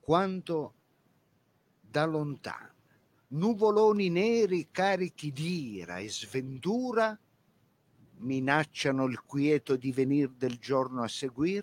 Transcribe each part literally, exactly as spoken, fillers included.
quando da lontano nuvoloni neri carichi d'ira e sventura minacciano il quieto divenir del giorno a seguir?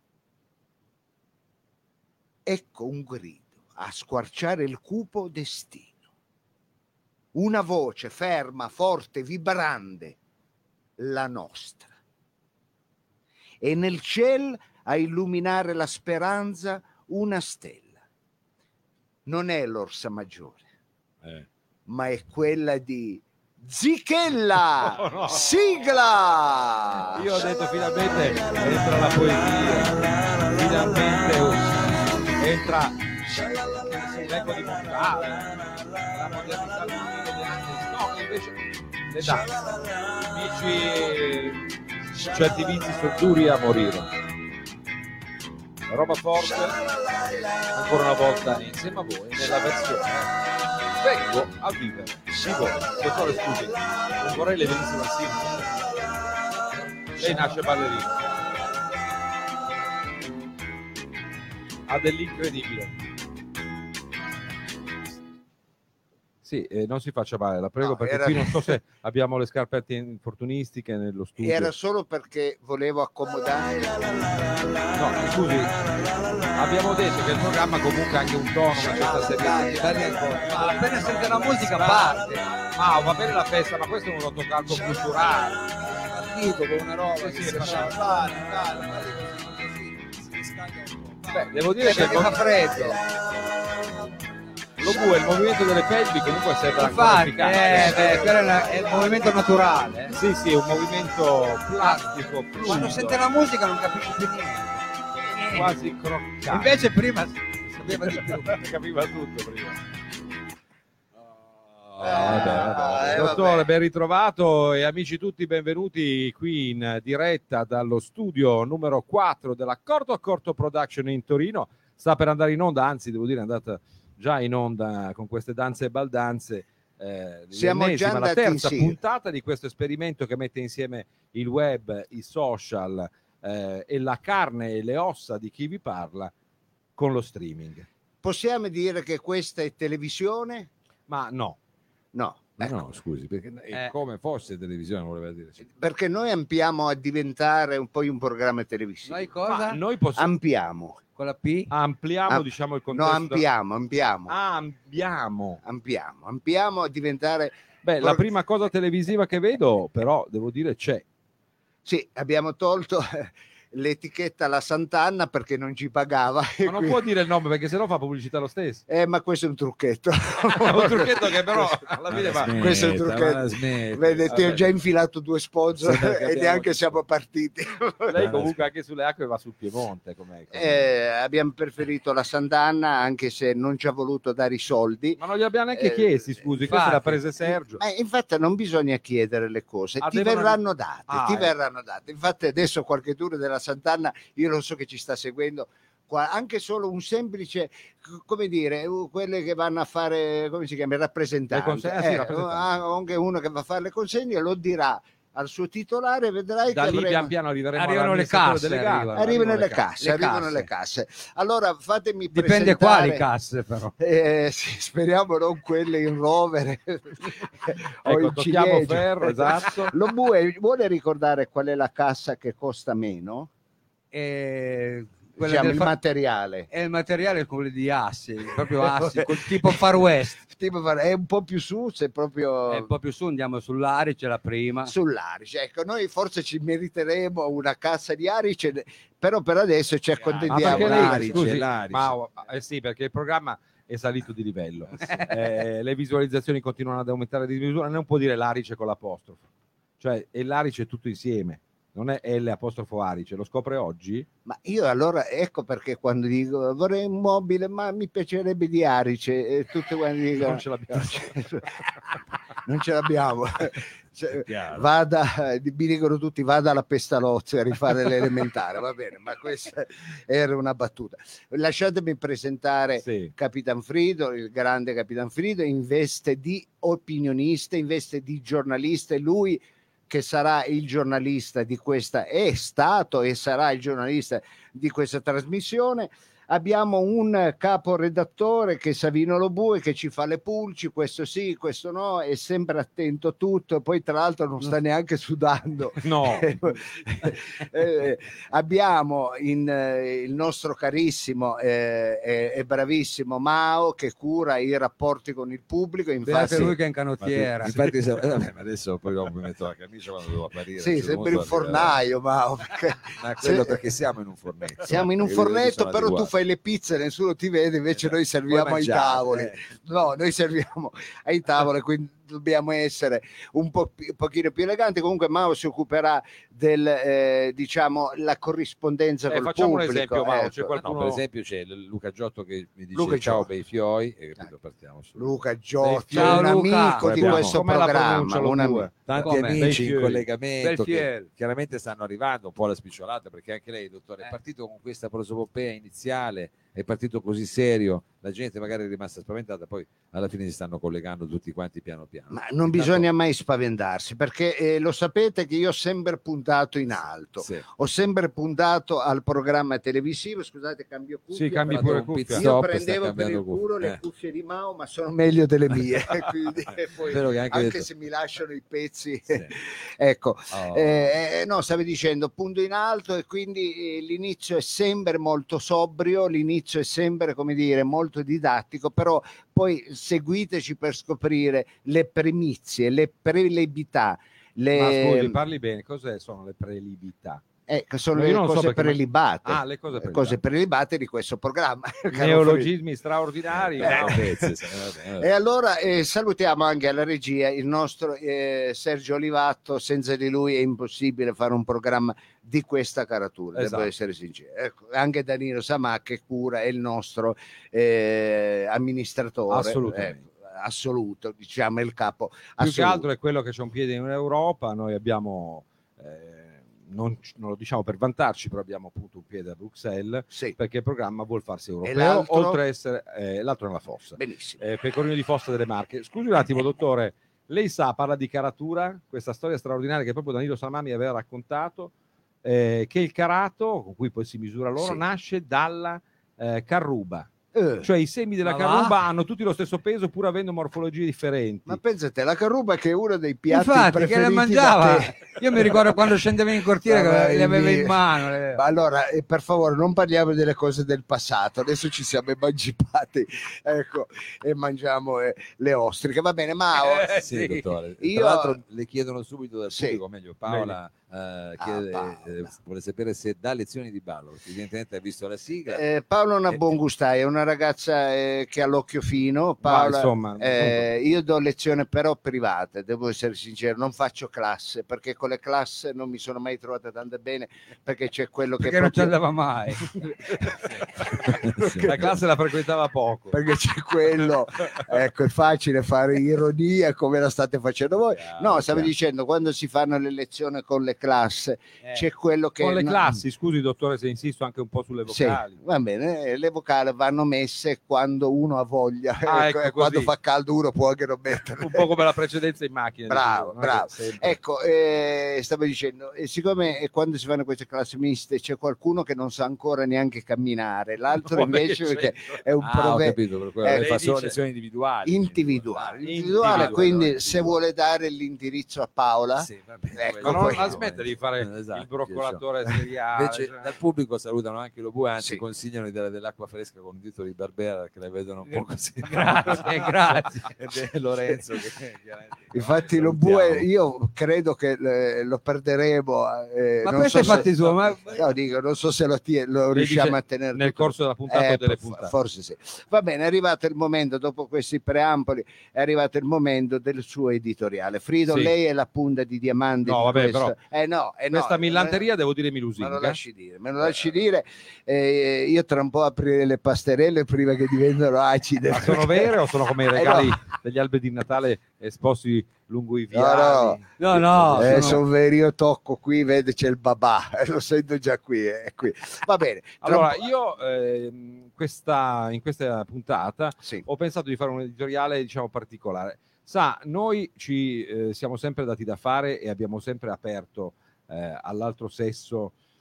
Ecco un grido a squarciare il cupo destino. Una voce ferma, forte, vibrante, la nostra. E nel ciel a illuminare la speranza una stella. Non è l'Orsa Maggiore, eh. ma è quella di Zichella. Oh, no. Sigla! Io ho detto finalmente entra la poesia, finalmente entra l'eco di Montale, la modernità di no, invece le danze, amici, certi vizi sono duri a morire. Roba forte, ancora una volta insieme a voi nella versione Vengo a vivere di voi. Dottore, scusi, non vorrei le venissimo al singolo. Lei nasce ballerino, ha dell'incredibile. Sì, eh, non si faccia male, la prego, no, perché era... qui non so se abbiamo le scarpette infortunistiche nello studio. Era solo perché volevo accomodare. No, scusi, abbiamo detto che il programma comunque ha anche un tono, una certa serietà. Ma appena sente la musica parte. Ah, va bene la festa, ma questo è un rotocalco culturale. Dico con una roba sì, che sì, si fa fa. Beh, devo dire che fa freddo. Lo Bu è il movimento delle pelvi, comunque sembra ancora Infatti, efficace. Eh, beh, quello è il movimento naturale. Eh. Sì, sì, è un movimento plastico. Fluido. Quando sente la musica non capisce più niente. Quasi croccante. Invece prima sapeva di più. Capiva tutto prima. Oh, eh, vabbè, vabbè. eh, Dottore, vabbè. ben ritrovato e amici tutti benvenuti qui in diretta dallo studio numero quattro dell'Accordo Accordo Production in Torino. Sta per andare in onda, anzi devo dire è andata già in onda con queste danze e baldanze, eh, siamo già andati la terza in puntata di questo esperimento che mette insieme il web, i social eh, e la carne e le ossa di chi vi parla con lo streaming. Possiamo dire che questa è televisione? Ma no. No. Ecco. No, scusi, perché eh, come fosse televisione voleva dire. Perché noi ampliamo a diventare un po' un programma televisivo. Noi cosa? Ma noi possiamo... Ampliamo. Con la P? Ampliamo, Am- diciamo, il contesto. No, ampliamo, ampliamo. Ah, ampliamo. Ampliamo, ampliamo a diventare... Beh, la prima cosa televisiva che vedo, però, devo dire, c'è. Sì, abbiamo tolto l'etichetta La Sant'Anna perché non ci pagava. Ma non quindi... può dire il nome perché sennò fa pubblicità lo stesso. Eh, ma questo è un trucchetto. un trucchetto che però alla fine va. Smetta, questo è un trucchetto. Vede, ti ho già infilato due sponsor sì, e neanche siamo partiti. Lei comunque anche sulle acque va sul Piemonte. Com'è, com'è? Eh, abbiamo preferito La Sant'Anna anche se non ci ha voluto dare i soldi. Ma non gli abbiamo neanche eh, chiesti, scusi, infatti, questa l'ha prese Sergio. Ma infatti non bisogna chiedere le cose, ah, ti devono... verranno date, ah, ti eh. verranno date. Infatti adesso qualche tour della Sant'Anna, io non so che ci sta seguendo, anche solo un semplice, come dire, quelle che vanno a fare, come si chiama, il rappresentante, conse- eh, sì, eh, rappresentante. anche uno che va a fare le consegne lo dirà al suo titolare, vedrai da che lì avremo... pian piano arriveremo arrivano le casse, delle gare. arrivano, arrivano le casse, arrivano casse. le casse. Allora fatemi dipende presentare... quali casse però. Eh, sì, speriamo non quelle in rovere o ecco, in tocchiamo ferro, esatto. Lo Bue vuole ricordare qual è la cassa che costa meno? Eh, diciamo, il fa- materiale è il materiale quello di assi, proprio assi, col tipo Far West. Tipo far, è un po' più su, se proprio è un po' più su, andiamo sull'Arice la prima. Sull'Arice, ecco, noi forse ci meriteremo una cassa di Arice, però per adesso ci accontentiamo. Ah, l'Arice, scusi, l'Arice. Ma, eh sì, perché il programma è salito di livello, eh, le visualizzazioni continuano ad aumentare di misura, non può dire l'Arice con l'apostrofo, cioè è l'Arice tutto insieme. Non è L apostrofo Arice, lo scopre oggi? Ma io allora, ecco perché quando dico vorrei un mobile, ma mi piacerebbe di Arice, e tutti quando dicono non ce l'abbiamo. Non ce l'abbiamo. Cioè, vada, mi dicono tutti vada alla Pestalozzi a rifare l'elementare, va bene, ma questa era una battuta. Lasciatemi presentare sì. Capitan Frido, il grande Capitan Frido, in veste di opinionista, in veste di giornalista, e lui che sarà il giornalista di questa, è stato e sarà il giornalista di questa trasmissione. Abbiamo un caporedattore che è Savino Lobue, che ci fa le pulci, questo sì, questo no, è sempre attento a tutto, poi tra l'altro non sta neanche sudando. No. eh, abbiamo in, eh, il nostro carissimo e eh, eh, bravissimo Mao, che cura i rapporti con il pubblico. Infatti per lui che è in canottiera. Infatti, se, vabbè, ma adesso poi dopo mi metto la camicia quando devo apparire. Sì, sembri un fornaio, Mao. Perché, ma quello se, perché siamo in un fornetto. Siamo in un fornetto, però tu fai le pizze, nessuno ti vede, invece esatto. Noi serviamo ai tavoli. Eh. No, noi serviamo ai tavoli, quindi dobbiamo essere un po' un pochino più eleganti. Comunque Mao si occuperà del eh, diciamo la corrispondenza eh, col facciamo pubblico. Un esempio, Mao, ecco. c'è qualcuno... no, per esempio c'è Luca Giotto che mi dice Luca ciao Giotto. bei fioi e capito, partiamo su. Luca Giotto, ciao, un Luca. amico di Com'è questo programma, un amico. Tanti Come? amici in collegamento che fiel. chiaramente stanno arrivando un po' alla spicciolata, perché anche lei, dottore, è partito con questa prosopopea iniziale, è partito così serio, la gente magari è rimasta spaventata, poi alla fine si stanno collegando tutti quanti piano piano. Ma non Intanto... bisogna mai spaventarsi, perché eh, lo sapete che io ho sempre puntato in alto, sì. Ho sempre puntato al programma televisivo. Scusate, cambio cuffia. Sì, cambi pure cuffia. Io prendevo per il culo le eh. cuffie di Mao, ma sono meglio delle mie. Quindi, poi, che anche, anche se mi lasciano i pezzi, sì. Ecco, oh. eh, no, stavi dicendo punto in alto, e quindi eh, l'inizio è sempre molto sobrio, l'inizio è sempre, come dire, molto didattico, però poi seguiteci per scoprire le primizie, le prelibità. Le... Ma scusi, parli bene, cos'è sono le prelibità? Eh, sono le cose so prelibate, ah, le cose prelibate. cose prelibate di questo programma. Neologismi straordinari. Eh, no? E allora eh, salutiamo anche alla regia il nostro eh, Sergio Olivatto. Senza di lui è impossibile fare un programma di questa caratura, esatto. Devo essere sincero. Ecco, anche Danilo Samà che cura è il nostro eh, amministratore. Assolutamente. Eh, assoluto, diciamo, è il capo più assoluto. Che altro è quello che c'è un piede in Europa. Noi abbiamo eh, Non, non lo diciamo per vantarci, però abbiamo appunto un piede a Bruxelles, sì. Perché il programma vuol farsi europeo, oltre a essere eh, l'altro nella fossa. Benissimo. Eh, Pecorino di Fossa delle Marche. Scusi un attimo, dottore, lei sa, parla di caratura, questa storia straordinaria che proprio Danilo Samà mi aveva raccontato, eh, che il carato, con cui poi si misura l'oro, sì. Nasce dalla eh, carruba. Uh, cioè i semi della carruba hanno tutti lo stesso peso pur avendo morfologie differenti. Ma pensate, la carruba che è uno dei piatti Infatti, preferiti che la mangiava. Io mi ricordo quando scendevo in cortile che le aveva in mano. Le... Ma allora, eh, per favore, non parliamo delle cose del passato. Adesso ci siamo emancipati, ecco, e mangiamo eh, le ostriche. Va bene, ma eh, sì, sì, dottore. Io... Tra l'altro le chiedono subito dal pubblico, sì. Meglio Paola. Uh, chiede, ah, eh, vuole sapere se dà lezioni di ballo, evidentemente ha visto la sigla. eh, Paola è una eh, buon gustaia, è una ragazza eh, che ha l'occhio fino. Paola, insomma, eh, io do lezione però private, devo essere sincero, non faccio classe, perché con le classi non mi sono mai trovata tanto bene, perché c'è quello perché che non proprio... ci andava mai. La classe la frequentava poco, perché c'è quello, ecco, è facile fare ironia come la state facendo voi. No, no stavo dicendo, quando si fanno le lezioni con le classe eh, c'è quello che con le no, classi, scusi dottore se insisto anche un po' sulle vocali. Sì, va bene, le vocali vanno messe quando uno ha voglia, ah, ecco, ecco, quando fa caldo uno può anche non metterle. Un po' come la precedenza in macchina. Bravo, diciamo, bravo. Ecco, eh, stavo dicendo, e siccome quando si fanno queste classi miste c'è qualcuno che non sa ancora neanche camminare, l'altro no, invece perché è un ah, proverbio, eh, fa solo lezioni individuali. Individuali, individuale, individuale, quindi individuale. Se vuole dare l'indirizzo a Paola, sì, va bene, ecco, ma non la smette di fare esatto, il broccolatore seriale. Invece cioè. Dal pubblico salutano anche lo Bue, anzi sì. Consigliano di dare dell'acqua fresca con un dito di Barbera che la vedono un po' così. Grazie, grazie. Ed è Lorenzo che infatti lo Bue io credo che eh, lo perderemo. Eh, ma non questo so è fatti se, suo, ma... no, dico, non so se lo, tie, lo riusciamo a tenere nel tutto. corso della puntata eh, delle puntate. Forse sì. Va bene, è arrivato il momento, dopo questi preamboli, è arrivato il momento del suo editoriale. Frido, sì. Lei è la punta di diamante. No, di vabbè, questo. però Eh, no, eh, questa no, millanteria eh, devo dire mi lusinga. Me lo lasci dire, me lo lasci dire. Eh, io tra un po' aprirei le pasterelle prima che diventino acide. Ma sono vere o sono come i regali eh, no. degli alberi di Natale esposti lungo i viali? No, no, no, eh, sono... sono veri. Io tocco qui, vede c'è il babà, eh, lo sento già qui, eh, qui. Va bene. Allora io eh, questa, in questa puntata sì. ho pensato di fare un editoriale diciamo particolare. Sa, noi ci eh, siamo sempre dati da fare e abbiamo sempre aperto eh, all'altro sesso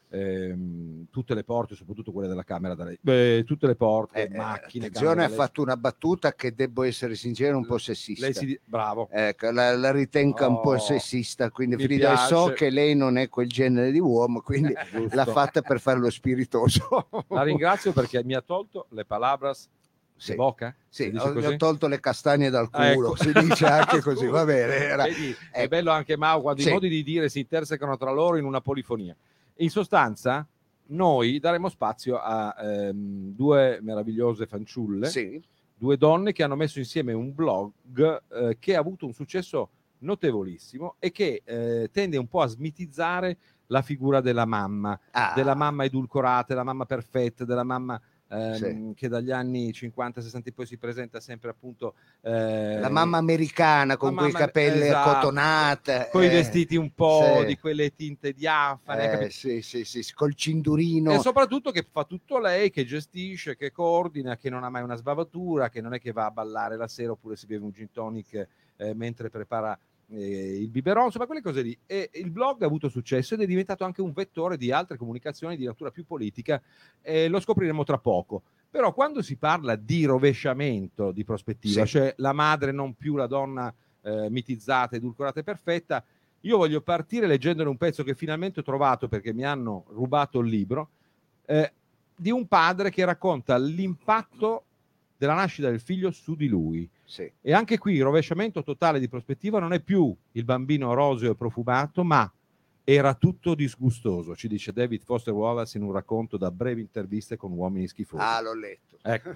ehm, tutte le porte, soprattutto quelle della Camera da lei, beh, tutte le porte, Eh, macchine. attenzione, ha lei... fatto una battuta che devo essere sincero, un po' sessista. Lei si... Bravo. Ecco, la, la ritengo Oh, un po' sessista, quindi mi Frida, e so piace. che lei non è quel genere di uomo, quindi l'ha fatta per fare lo spiritoso. La ringrazio perché mi ha tolto le palabras sì. di bocca. Sì, ho, ho tolto le castagne dal culo, ah, ecco. si dice anche così, va bene. Era... Vedi, ecco. È bello anche Mao quando sì. i modi di dire si intersecano tra loro in una polifonia. In sostanza, noi daremo spazio a ehm, due meravigliose fanciulle, sì. due donne che hanno messo insieme un blog eh, che ha avuto un successo notevolissimo e che eh, tende un po' a smitizzare la figura della mamma, ah. della mamma edulcorata, della mamma perfetta, della mamma ehm, sì. che dagli anni cinquanta sessanta in poi si presenta sempre appunto eh, la mamma americana con quei mamma, capelli esatto, accotonate, con i eh, vestiti un po' sì. di quelle tinte diafane, eh, sì, sì, sì, col cindurino, e soprattutto che fa tutto lei, che gestisce, che coordina, che non ha mai una sbavatura, che non è che va a ballare la sera oppure si beve un gin tonic eh, mentre prepara eh, il biberon, insomma quelle cose lì. E il blog ha avuto successo ed è diventato anche un vettore di altre comunicazioni di natura più politica, e lo scopriremo tra poco. Però quando si parla di rovesciamento di prospettiva, sì. cioè la madre non più la donna eh, mitizzata, edulcorata e perfetta, io voglio partire leggendone un pezzo che finalmente ho trovato perché mi hanno rubato il libro, eh, di un padre che racconta l'impatto della nascita del figlio su di lui. Sì. E anche qui il rovesciamento totale di prospettiva non è più il bambino roseo e profumato, ma era tutto disgustoso, ci dice David Foster Wallace in un racconto da brevi interviste con uomini schifosi. Ah, l'ho letto. Ecco,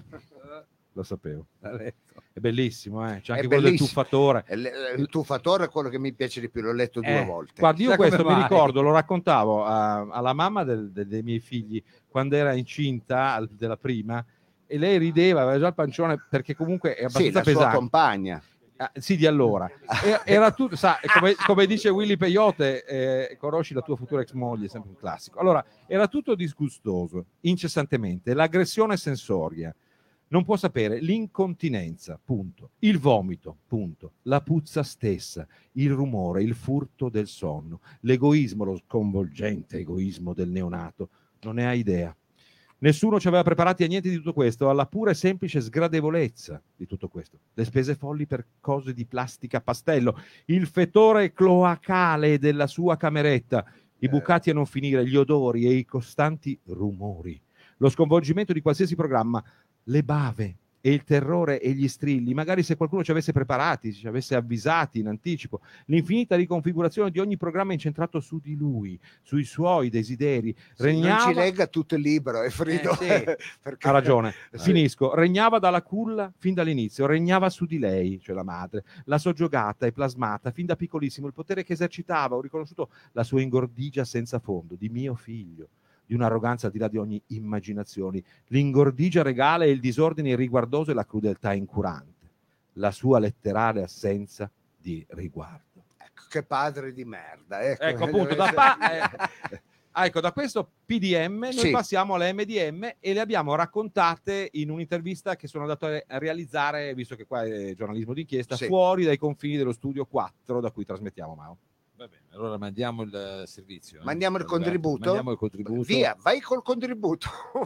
lo sapevo. L'ha letto. È bellissimo, eh? C'è anche è quello bellissimo. del tuffatore. Il tuffatore è quello che mi piace di più, l'ho letto due eh, volte. Guardi, io Sa questo come mi mai? ricordo, lo raccontavo a, alla mamma del, del, dei miei figli quando era incinta al, della prima, e lei rideva, aveva già il pancione perché comunque è abbastanza sì, la pesante. sua compagna. Ah, sì, di allora. Era tutto, sa, come, come dice Willy Peyote, eh, conosci la tua futura ex moglie, sempre un classico. Allora, era tutto disgustoso, incessantemente, l'aggressione sensoria, non può sapere, l'incontinenza, punto, il vomito, punto, la puzza stessa, il rumore, il furto del sonno, l'egoismo, lo sconvolgente egoismo del neonato, non ne ha idea. Nessuno ci aveva preparati a niente di tutto questo, alla pura e semplice sgradevolezza di tutto questo. Le spese folli per cose di plastica a pastello, il fetore cloacale della sua cameretta, i bucati a non finire, gli odori e i costanti rumori, lo sconvolgimento di qualsiasi programma, le bave e il terrore e gli strilli, magari se qualcuno ci avesse preparati, ci avesse avvisati in anticipo, l'infinita riconfigurazione di ogni programma incentrato su di lui, sui suoi desideri. Regnava... Non ci legga tutto il libro, è Frido. Eh, sì. Perché... Ha ragione, finisco. Regnava dalla culla fin dall'inizio, regnava su di lei, cioè la madre, la soggiogata e plasmata fin da piccolissimo, il potere che esercitava, ho riconosciuto la sua ingordigia senza fondo, di mio figlio, di un'arroganza al di là di ogni immaginazione, l'ingordigia regale e il disordine irriguardoso e la crudeltà incurante, la sua letterale assenza di riguardo. Ecco, che padre di merda. Ecco, ecco appunto, da, pa- eh, ecco, da questo P D M noi sì. passiamo alle M D M e le abbiamo raccontate in un'intervista che sono andato a realizzare, visto che qua è giornalismo d'inchiesta, sì. fuori dai confini dello studio quattro da cui trasmettiamo, Mao. Va bene, allora mandiamo il servizio. Eh? Mandiamo il contributo? Mandiamo il contributo. Via, vai col contributo.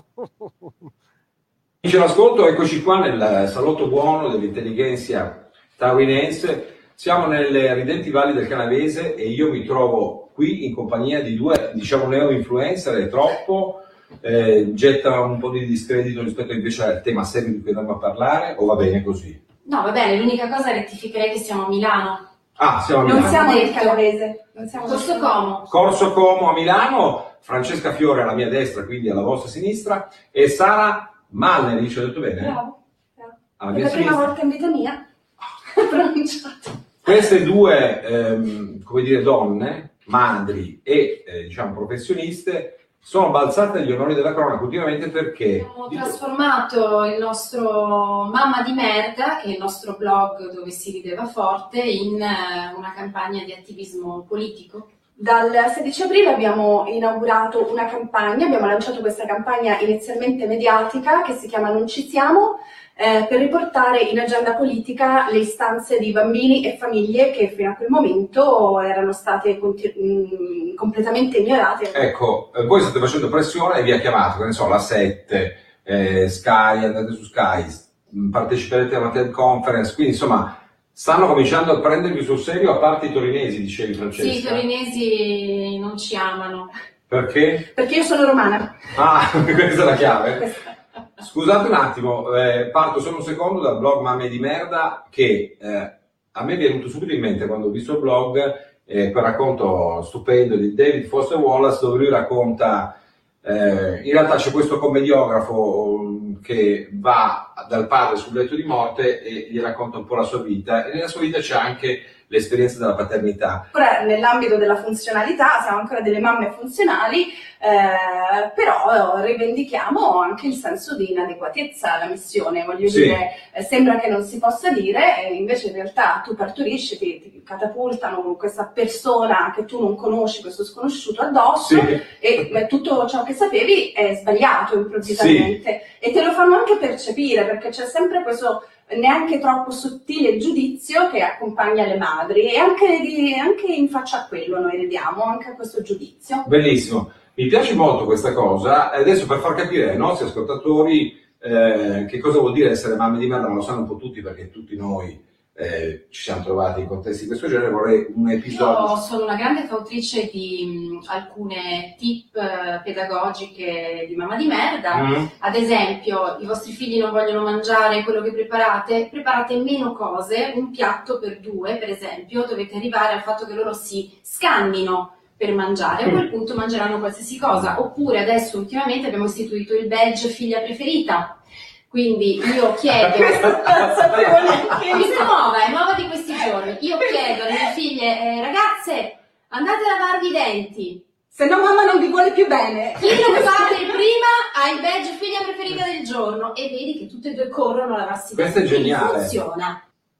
Amici all'ascolto, eccoci qua nel salotto buono dell'intelligenza taiwanese. Siamo nelle ridenti valli del Canavese e io mi trovo qui in compagnia di due, diciamo, neo-influencer, è troppo, eh, getta un po' di discredito rispetto invece al tema serio di cui andiamo a parlare, o va bene così? No, va bene, l'unica cosa rettificherei che siamo a Milano. Ah, siamo a Milano. Non siamo nel Canavese, non siamo Corso Como. Corso Como a Milano, Francesca Fiore alla mia destra, quindi alla vostra sinistra, e Sara Malneri, ci ho detto bene? Bravo. Bravo. Alla È mia la sinistra. prima volta in vita mia pronunciato. Queste due, ehm, come dire, donne, madri e, eh, diciamo, professioniste, sono balzate agli onori della cronaca ultimamente perché... Abbiamo trasformato il nostro Mamma di Merda, che è il nostro blog dove si rideva forte, in una campagna di attivismo politico. Dal sedici aprile abbiamo inaugurato una campagna, abbiamo lanciato questa campagna inizialmente mediatica che si chiama Non ci siamo, eh, per riportare in agenda politica le istanze di bambini e famiglie che fino a quel momento erano state continu- mh, completamente ignorate. Ecco, eh, voi state facendo pressione e vi ha chiamato, che ne so, la sette, eh, Sky, andate su Sky, parteciperete alla TED Conference, quindi insomma stanno cominciando a prendervi sul serio, a parte i torinesi, dicevi Francesca. Sì, i torinesi non ci amano. Perché? Perché io sono romana. Ah, questa è la chiave. Questa. Scusate un attimo, eh, parto solo un secondo dal blog Mamme di Merda, che eh, a me è venuto subito in mente quando ho visto il blog, eh, quel racconto stupendo di David Foster Wallace, dove lui racconta, eh, in realtà c'è questo commediografo um, che va dal padre sul letto di morte e gli racconta un po' la sua vita, e nella sua vita c'è anche l'esperienza della paternità. Ora, nell'ambito della funzionalità, siamo ancora delle mamme funzionali, eh, però rivendichiamo anche il senso di inadeguatezza alla missione, voglio Sì. dire, eh, sembra che non si possa dire, e invece in realtà tu partorisci, ti, ti catapultano con questa persona che tu non conosci, questo sconosciuto addosso, Sì. e beh, tutto ciò che sapevi è sbagliato improvvisamente, e te lo fanno anche percepire, perché c'è sempre questo neanche troppo sottile giudizio che accompagna le madri, e anche, di, anche in faccia a quello noi ridiamo, anche a questo giudizio. Bellissimo, mi piace molto questa cosa. Adesso, per far capire ai nostri ascoltatori eh, che cosa vuol dire essere mamme di merda, ma lo sanno un po' tutti perché tutti noi eh, ci siamo trovati in contesti di questo genere, vorrei un episodio. Io sono una grande fautrice di mh, alcune tip eh, pedagogiche di mamma di merda. Mm. Ad esempio, i vostri figli non vogliono mangiare quello che preparate, preparate meno cose, un piatto per due, per esempio, dovete arrivare al fatto che loro si scannino per mangiare, a quel punto mangeranno qualsiasi cosa. Oppure adesso ultimamente abbiamo istituito il badge figlia preferita. Quindi io chiedo, che è nuova, è nuova di questi giorni, io chiedo alle mie figlie, eh, ragazze, andate a lavarvi i denti. Se no mamma non vi vuole più bene. Chi lo fa per prima ha il badge figlia preferita del giorno, e vedi che tutte e due corrono a lavarsi i denti. Questo è geniale. Funziona.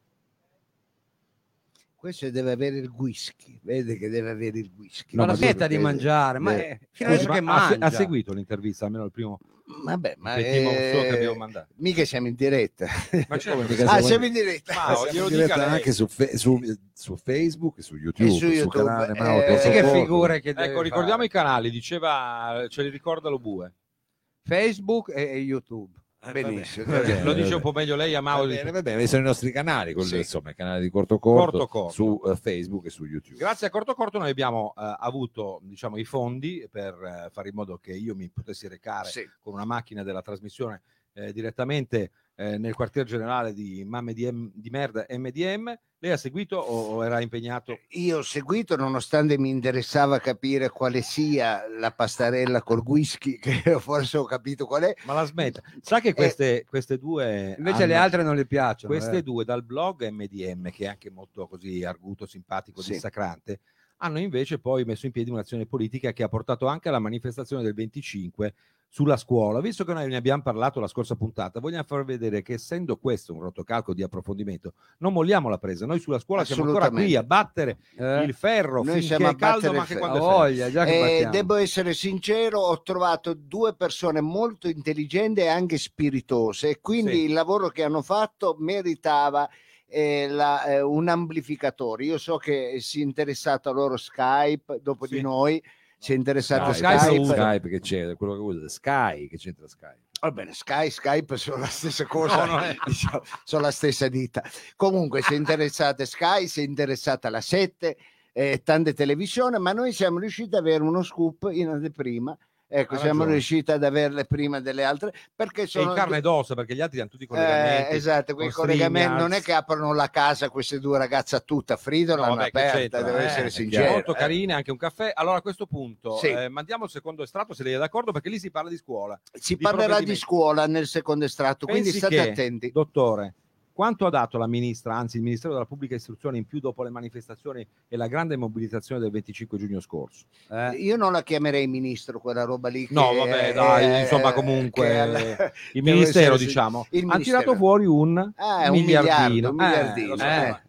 Questo deve avere il whisky, vede che deve avere il whisky. Ma la No, smetta perché- di mangiare, ma eh, è fino adesso Ma che ha, mangia. ha seguito l'intervista, almeno il primo, Vabbè, ma il primo eh, suo che abbiamo mandato. mica siamo in diretta. Ma c'è come Ah, siamo in diretta. Mao, Siamo glielo in diretta dica lei. anche su, fe- su, su Facebook, su YouTube, E su sul YouTube, canale eh, Mao eh, Pensi che Topoco. figure che deve Ecco, ricordiamo fare. i canali, diceva, ce li ricorda lo Bue. Facebook e, e YouTube. Eh, Benissimo. va bene, Lo va dice bene. un po' meglio lei a Va Mao. bene, va bene, sono i nostri canali, quelli, Sì. insomma, il canale di Corto Corto, Corto Corto. su eh, Facebook e su YouTube. Grazie a Corto Corto noi abbiamo eh, avuto, diciamo, i fondi per eh, fare in modo che io mi potessi recare Sì. con una macchina della trasmissione eh, direttamente eh, nel quartier generale di Mamme di, M- di Merda M D M. Lei ha seguito o, o era impegnato? Io ho seguito, nonostante mi interessava capire quale sia la pastarella col whisky, che forse ho capito qual è. Ma la smetta. Sa che queste, queste due... Invece hanno- le altre non le piacciono. Queste eh. due dal blog M D M, che è anche molto così arguto, simpatico, Sì. dissacrante, hanno invece poi messo in piedi un'azione politica che ha portato anche alla manifestazione del venticinque sulla scuola. Visto che noi ne abbiamo parlato la scorsa puntata, vogliamo far vedere che, essendo questo un rotocalco di approfondimento, non molliamo la presa. Noi sulla scuola siamo ancora qui a battere Eh? il ferro Noi finché siamo a è caldo, battere ma il anche ferro. quando è Ha freddo. voglia, già che Eh, battiamo. devo essere sincero, ho trovato due persone molto intelligenti e anche spiritose, e quindi Sì. il lavoro che hanno fatto meritava eh, la- eh, un amplificatore. Io so che si è interessato a loro Skype dopo Sì. di noi, si è interessato No, a Skype Skype. lo uso. Skype che c'è, quello che usa, Sky, che c'entra Sky. Va bene, Sky, Skype sono la stessa cosa, No, non è- diciamo, sono la stessa ditta. Comunque si è interessata a Sky, si è interessata alla sette, eh, tante televisioni, ma noi siamo riusciti ad avere uno scoop in anteprima. Ecco, Ha siamo ragione. riusciti ad averle prima delle altre, perché E sono in carne ed ossa, perché gli altri hanno tutti i collegamenti. eh, esatto, quei con collegamenti non è StreamYard. che aprono la casa queste due ragazze a tutta, Frido No, l'hanno vabbè, che aperta, c'entra, devo eh, essere è sincero. molto eh. carine, anche un caffè. Allora a questo punto Sì. eh, mandiamo il secondo estratto, se lei è d'accordo, perché lì si parla di scuola. Si di parlerà di provvedimenti. scuola nel secondo estratto, quindi Pensi state che, attenti. dottore, quanto ha dato la ministra, anzi il Ministero della Pubblica Istruzione, in più dopo le manifestazioni e la grande mobilitazione del venticinque giugno scorso? Eh. Io non la chiamerei ministro, quella roba lì. No, che vabbè, è- dai, è- insomma, che comunque, è alla- il devo Ministero, essere- diciamo, il ha Ministero. tirato fuori un Ah, un miliardo, miliardino. un Eh, miliardino. lo so, eh, ma- eh.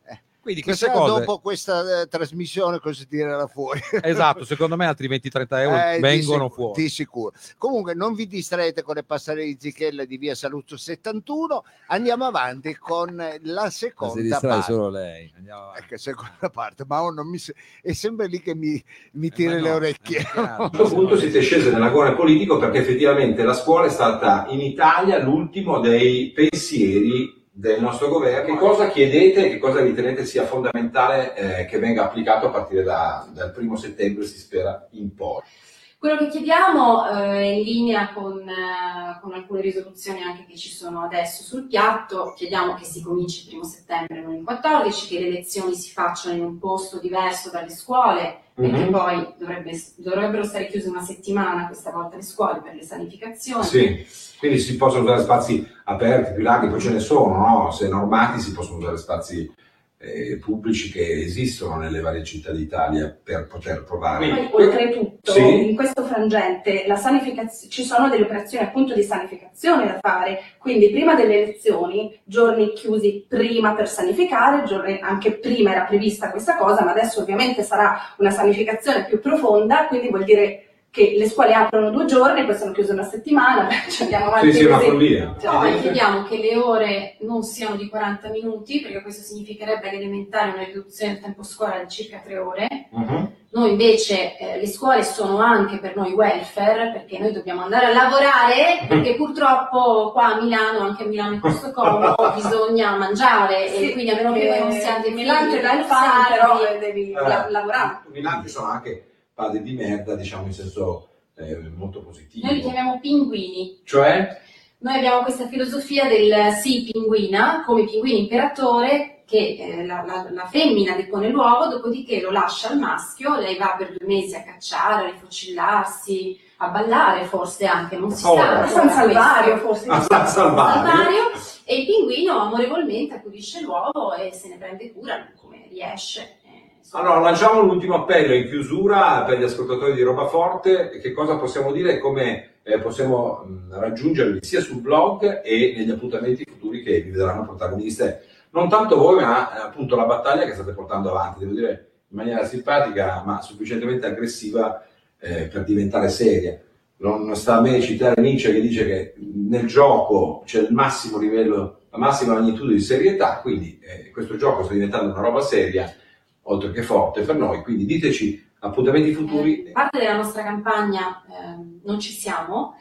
Quindi queste Chissà cose... dopo questa eh, trasmissione cosa tirerà fuori. Esatto, secondo me altri venti trenta euro Eh, vengono di sicuro, fuori. di sicuro. Comunque non vi distraete con le passerelle di Zichella di via Saluzzo settantuno, andiamo avanti con la Ma si seconda distrae parte. solo lei. Andiamo avanti. Ecco, seconda parte, ma oh, non mi se- è sempre lì che mi, mi Eh, tira ma le no, orecchie. è chiaro, A questo punto siete scesi nell'agone politico perché effettivamente la scuola è stata in Italia l'ultimo dei pensieri del nostro governo. Che cosa chiedete e che cosa ritenete sia fondamentale eh, che venga applicato a partire da, dal primo settembre, si spera, in poi? Quello che chiediamo eh, è in linea con, eh, con alcune risoluzioni anche che ci sono adesso sul piatto. Chiediamo che si cominci il primo settembre, non il quattordici, che le lezioni si facciano in un posto diverso dalle scuole, perché Mhm. poi dovrebbe, dovrebbero stare chiuse una settimana questa volta le scuole per le sanificazioni. Sì, quindi si possono usare spazi aperti, più larghi, poi ce ne sono, no? Se normati si possono usare spazi eh, pubblici che esistono nelle varie città d'Italia per poter provare. Poi, oltretutto, Sì. in questo frangente la sanificaz- ci sono delle operazioni appunto di sanificazione da fare, quindi prima delle elezioni, giorni chiusi prima per sanificare, giorni anche prima era prevista questa cosa, ma adesso ovviamente sarà una sanificazione più profonda, quindi vuol dire che le scuole aprono due giorni, poi sono chiuse una settimana, ci andiamo avanti Sì, sì, è una così. follia. Poi chiediamo che le ore non siano di quaranta minuti, perché questo significherebbe che elementare una riduzione del tempo scuola di circa tre ore. Mhm. Noi invece eh, le scuole sono anche per noi welfare, perché noi dobbiamo andare a lavorare, perché purtroppo qua a Milano, anche a Milano in questo Como, bisogna mangiare Sì, e quindi a meno che voi non siate Milano figli e l'hai sardi, però devi Eh, la- lavorare. Milanti sono anche padri di merda, diciamo in senso eh, molto positivo. noi li chiamiamo pinguini. Cioè? Noi abbiamo questa filosofia del sì pinguina, come pinguino imperatore, che eh, la, la- la femmina depone l'uovo, dopodiché lo lascia al maschio, lei va per due mesi a cacciare, a rifocillarsi, a ballare forse anche, non si Oh, sa. A San Salvario forse. A San Salvario. Salvario, e il pinguino amorevolmente accudisce l'uovo e se ne prende cura come riesce. eh, insomma. Allora, lanciamo l'ultimo appello in chiusura per gli ascoltatori di Roba Forte. Che cosa possiamo dire e come eh, possiamo mh, raggiungervi sia sul blog e negli appuntamenti futuri che vi vedranno protagoniste. Non tanto voi, ma eh, appunto la battaglia che state portando avanti, devo dire in maniera simpatica, ma sufficientemente aggressiva eh, per diventare seria. Non sta a me citare Nietzsche che dice che nel gioco c'è il massimo livello, la massima magnitudo di serietà, quindi eh, questo gioco sta diventando una roba seria, oltre che forte per noi, quindi diteci appuntamenti futuri. Eh, parte della nostra campagna ehm, Non ci siamo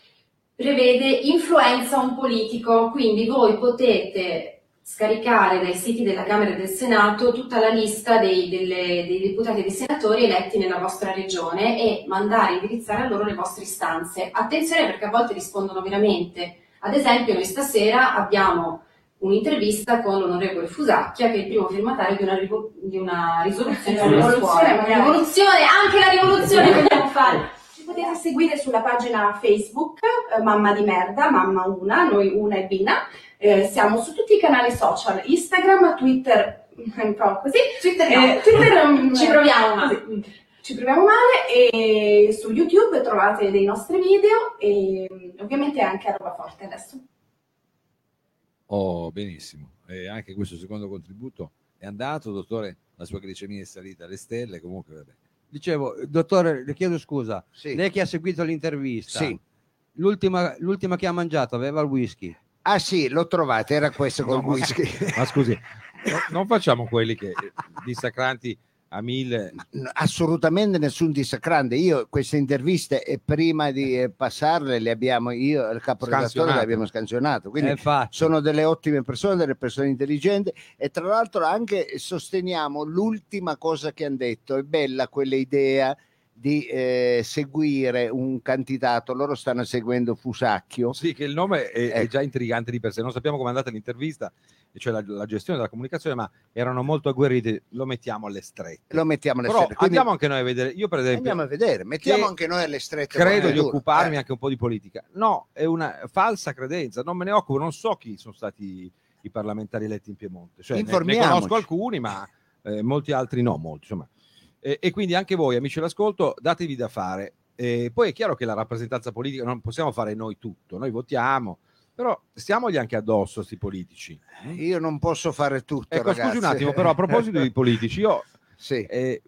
prevede influenza un politico, quindi voi potete scaricare dai siti della Camera e del Senato tutta la lista dei, delle- dei deputati e dei senatori eletti nella vostra regione e mandare, indirizzare a loro le vostre istanze. Attenzione perché a volte rispondono veramente. Ad esempio noi stasera abbiamo un'intervista con l'onorevole Fusacchia, che è il primo firmatario di una, rivo- di una risoluzione sulle Rivoluzione, scuole. magari. Rivoluzione, anche la rivoluzione vogliamo fare. Ci potete seguire sulla pagina Facebook eh, Mamma di Merda, Mamma Una, noi Una e Bina. Eh, siamo su tutti i canali social, Instagram, Twitter, un po' così. Twitter no. Eh, Twitter um, Ci proviamo, ma- così. Ci proviamo male e su YouTube trovate dei nostri video e um, ovviamente anche a Roba Forte adesso. Oh, benissimo. E anche questo secondo contributo è andato, dottore, la sua glicemia è salita alle stelle, comunque vabbè. Dicevo, dottore, le chiedo scusa, Sì. lei che ha seguito l'intervista, Sì. l'ultima, l'ultima che ha mangiato aveva il whisky? Ah sì, l'ho trovata, era questo col No, whisky. Ma scusi, no- non facciamo quelli che eh, dissacranti a mille. No, assolutamente nessun dissacrante. Io queste interviste e prima di eh, passarle le abbiamo, io e il caporedattore Scansionato. le abbiamo scansionato, quindi Eh, infatti. sono delle ottime persone, delle persone intelligenti e tra l'altro anche sosteniamo l'ultima cosa che hanno detto. È bella quell'idea di eh, seguire un candidato, loro stanno seguendo Fusacchio. Sì, che il nome è, è Ecco. già intrigante di per sé. Non sappiamo come è andata l'intervista, cioè la, la gestione della comunicazione, ma erano molto agguerriti. Lo mettiamo alle strette. Lo mettiamo alle Però strette. Quindi andiamo anche noi a vedere. Io, per esempio, andiamo a vedere, mettiamo che anche noi alle strette. credo qualche di duro. occuparmi Eh. anche un po' di politica. No, è una falsa credenza. Non me ne occupo, non so chi sono stati i parlamentari eletti in Piemonte. Cioè, ne, ne Informiamoci. conosco alcuni, ma eh, molti altri no, molti, insomma. E, e quindi anche voi, amici all'ascolto, datevi da fare. E poi è chiaro che la rappresentanza politica non possiamo fare noi tutto, noi votiamo, Però stiamogli anche addosso sti politici. Io non posso fare tutto, Ecco, ragazzi. scusi un attimo, però a proposito di politici, io Sì. eh,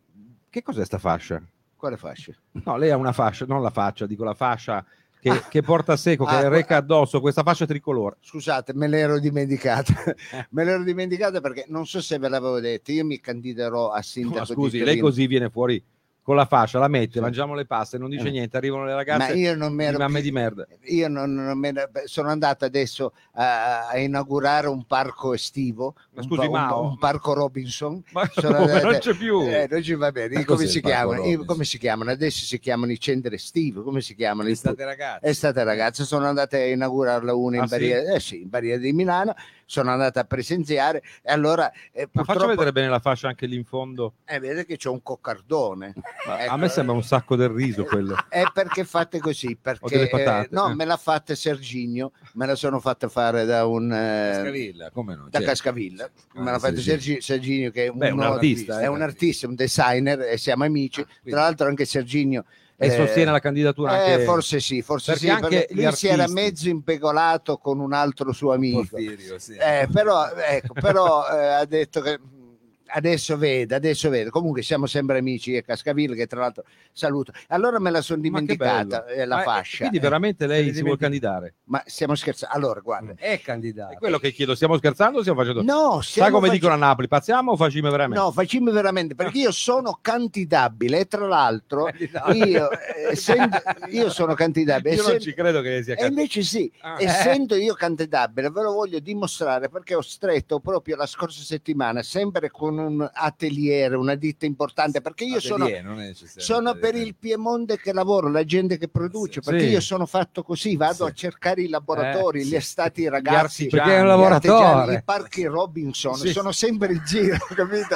che cos'è sta fascia? Quale fascia? No, lei ha una fascia, non la faccia, dico la fascia che, Ah. che porta a secco, che Ah, reca addosso questa fascia tricolore. Scusate, me l'ero dimenticata. me l'ero dimenticata perché non so se ve l'avevo detto, io mi candiderò a sindaco. Ma scusi, di lei Torino. così viene fuori con la fascia, la mette, Sì. mangiamo le paste, non dice Eh. niente, arrivano le Ma ragazze io non mi di ero mamme più- di merda. Io non, non me ne- beh, sono andato adesso a, a inaugurare un parco estivo, Ma un, scusi, pa- un- Mao? un parco Robinson. Ma Sono come, andate- non c'è più. Eh, non ci va bene. Ma Come cos'è si il parco chiamano? Io- Robinson? come si chiamano? Adesso si chiamano i centri estivi. Come si chiamano? I- Estate ragazzi. Estate ragazze, sono andate a inaugurarla una in Ah, sì? Baria, eh sì, in Baria di Milano, sono andata a presenziare e allora eh, Ma faccia purtroppo vedere bene la fascia anche lì in fondo. eh, vede che c'è un coccardone. Ma Ecco. a me sembra un sacco del riso quello. È perché fate così? O Perché delle patate, eh, no, eh. me l'ha fatta Serginio, me la sono fatta fare da un eh, Cascavilla, come no? da Certo. Cascavilla. Me l'ha Ah, fatta Serginio. Sergi- Serginio che è un, Beh, un uno- artista, è eh. un artista, un designer e siamo amici. Ah, quindi- Tra l'altro anche Serginio E eh, sostiene la candidatura eh, anche... forse sì, forse perché sì, anche perché gli lui si era artisti- mezzo impegolato con un altro suo amico. Porfirio, sì. Eh, però, ecco, però eh, ha detto che adesso vede, adesso vede. Comunque siamo sempre amici e Cascavilla, che tra l'altro saluto. Allora me la sono Ma che dimenticata bello. eh, la Ma, eh, fascia. Quindi eh. veramente lei Se si li vuole dimentichi. candidare? Ma stiamo scherzando. Allora, guarda. È candidato. È quello che chiedo, stiamo scherzando o stiamo facendo... No, Sai stiamo come face- dicono a Napoli, pazziamo o facciamo veramente? No, facciamo veramente, perché io sono candidabile e tra l'altro io, eh, essendo, io sono candidabile. Io non essendo- ci credo che sia E candidato. invece sì, Ah. essendo io candidabile, ve lo voglio dimostrare perché ho stretto proprio la scorsa settimana, sempre con un atelier, una ditta importante, perché io sono, Atelier, non è necessario. sono per il Piemonte che lavoro, la gente che produce, Sì. perché Sì. io sono fatto così, vado Sì. a cercare i laboratori, Eh, gli sì. stati ragazzi, artigiani. Perché è un gli lavoratore. artigiani, i parchi Robinson, Sì. sono sempre in giro, capito?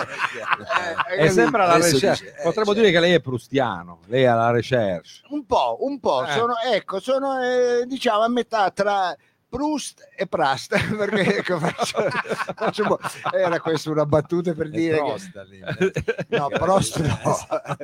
Eh, È sempre alla Adesso ricerca. dice, eh, Potremmo certo. dire che lei è prustiano, lei è alla recherche. Un po', un po', Eh. sono, ecco, sono eh, diciamo a metà tra Proust e Prast, perché ecco, faccio, faccio un po'. Era questa una battuta per È dire Prost, che lì, eh. no, Prost no.